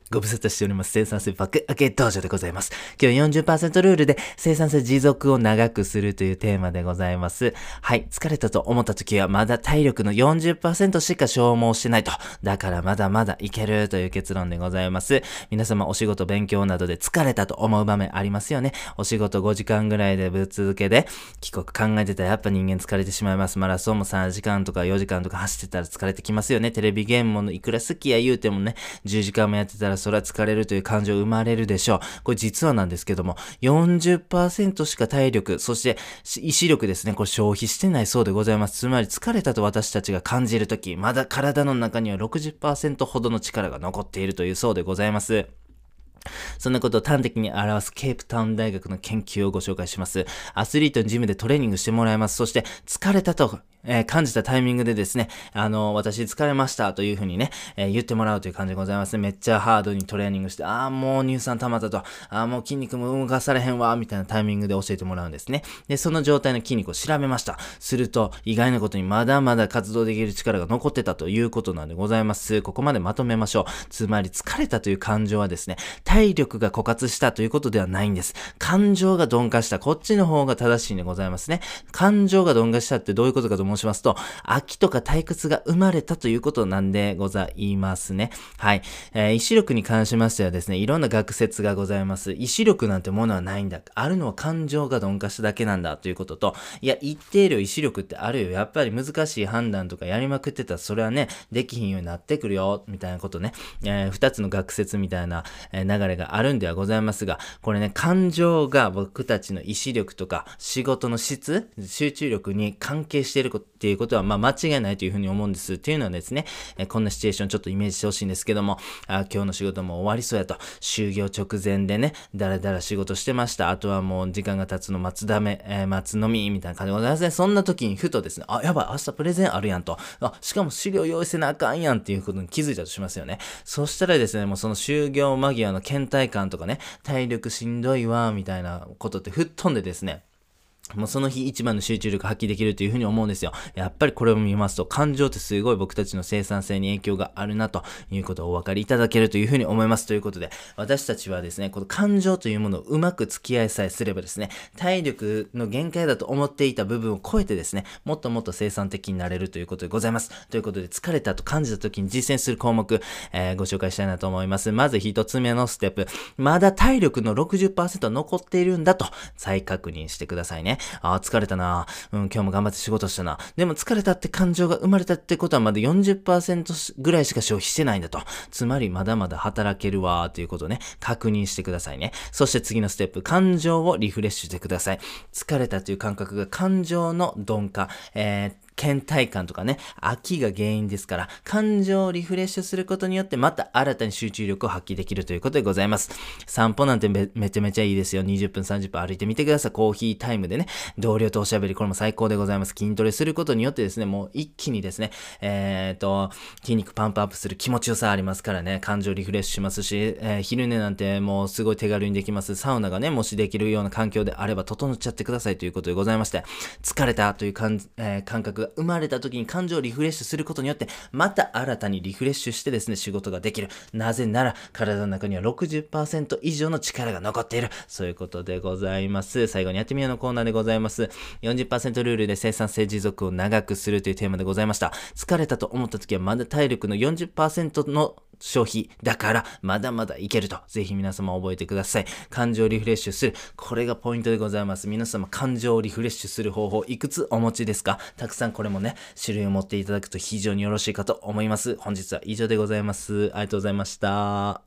ご無沙汰しております。生産性爆上げ道場でございます。今日は 40% ルールで生産性持続を長くするというテーマでございます。はい。疲れたと思った時はまだ体力の 40% しか消耗してないと。だからまだまだいけるという結論でございます。皆様お仕事勉強などで疲れたと思う場面ありますよね。お仕事5時間ぐらいでぶっ続けで帰国考えてたらやっぱ人間疲れてしまいます。マラソンも3時間とか4時間とか走ってたら疲れてきますよね。テレビゲームもいくら好きや言うてもね、10時間もやってたらそれは疲れるという感情生まれるでしょう。これ実はなんですけども、40% しか体力、そして意志力ですね、これ消費してないそうでございます。つまり疲れたと私たちが感じるとき、まだ体の中には 60% ほどの力が残っているというそうでございます。そんなことを端的に表すケープタウン大学の研究をご紹介します。アスリートにジムでトレーニングしてもらいます。そして疲れたと感じたタイミングでですね、私疲れましたというふうにね、言ってもらうという感じでございます。めっちゃハードにトレーニングして、もう乳酸溜まったと、もう筋肉も動かされへんわ、みたいなタイミングで教えてもらうんですね。で、その状態の筋肉を調べました。すると、意外なことにまだまだ活動できる力が残ってたということなんでございます。ここまでまとめましょう。つまり疲れたという感情はですね、体力が枯渇したということではないんです。感情が鈍化した。こっちの方が正しいんでございますね。感情が鈍化したってどういうことかと申しますと、飽きとか退屈が生まれたということなんでございますね。はい。意志力に関しましてはですね、いろんな学説がございます。意志力なんてものはないんだ。あるのは感情が鈍化しただけなんだということと、いや、一定量意志力ってあるよ。やっぱり難しい判断とかやりまくってたら、それはね、できひんようになってくるよ、みたいなことね。二つの学説みたいな、流れがあるんではございますが、これね、感情が僕たちの意志力とか仕事の質、集中力に関係しているっていうことは、間違いないというふうに思うんです。っていうのはですね、こんなシチュエーションちょっとイメージしてほしいんですけども、今日の仕事も終わりそうやと、就業直前でね、だらだら仕事してました。あとはもう時間が経つの待つだめ、待つのみ、みたいな感じでございますね。そんな時にふとですね、やばい、明日プレゼンあるやんと。しかも資料用意せなあかんやんっていうことに気づいたとしますよね。そしたらですね、もうその就業間際の倦怠感とかね、体力しんどいわ、みたいなことって吹っ飛んでですね、もうその日一番の集中力発揮できるというふうに思うんですよ。やっぱりこれを見ますと、感情ってすごい僕たちの生産性に影響があるなということをお分かりいただけるというふうに思います。ということで、私たちはですね、この感情というものをうまく付き合いさえすればですね、体力の限界だと思っていた部分を超えてですね、もっともっと生産的になれるということでございます。ということで、疲れたと感じた時に実践する項目、ご紹介したいなと思います。まず一つ目のステップ、まだ体力の 60% 残っているんだと再確認してくださいね。疲れたな。今日も頑張って仕事したな。でも疲れたって感情が生まれたってことはまだ 40% ぐらいしか消費してないんだと。つまりまだまだ働けるわーということをね、確認してくださいね。そして次のステップ、感情をリフレッシュしてください。疲れたという感覚が感情の鈍化、倦怠感とかね、飽きが原因ですから、感情をリフレッシュすることによってまた新たに集中力を発揮できるということでございます。散歩なんてめちゃめちゃいいですよ。20分30分歩いてみてください。コーヒータイムでね、同僚とおしゃべり、これも最高でございます。筋トレすることによってですね、もう一気にですね、筋肉パンプアップする気持ちよさありますからね、感情リフレッシュしますし、昼寝なんてもうすごい手軽にできます。サウナがね、もしできるような環境であれば整っちゃってくださいということでございまして、疲れたという感覚が生まれた時に感情をリフレッシュすることによってまた新たにリフレッシュしてですね仕事ができる。なぜなら体の中には 60% 以上の力が残っている。そういうことでございます。最後にやってみようのコーナーでございます。40% ルールで生産性持続を長くするというテーマでございました。疲れたと思った時はまだ体力の 40% の消費だからまだまだいけると、ぜひ皆様覚えてください。感情をリフレッシュする、これがポイントでございます。皆様感情をリフレッシュする方法いくつお持ちですか？たくさんこれもね種類を持っていただくと非常によろしいかと思います。本日は以上でございます。ありがとうございました。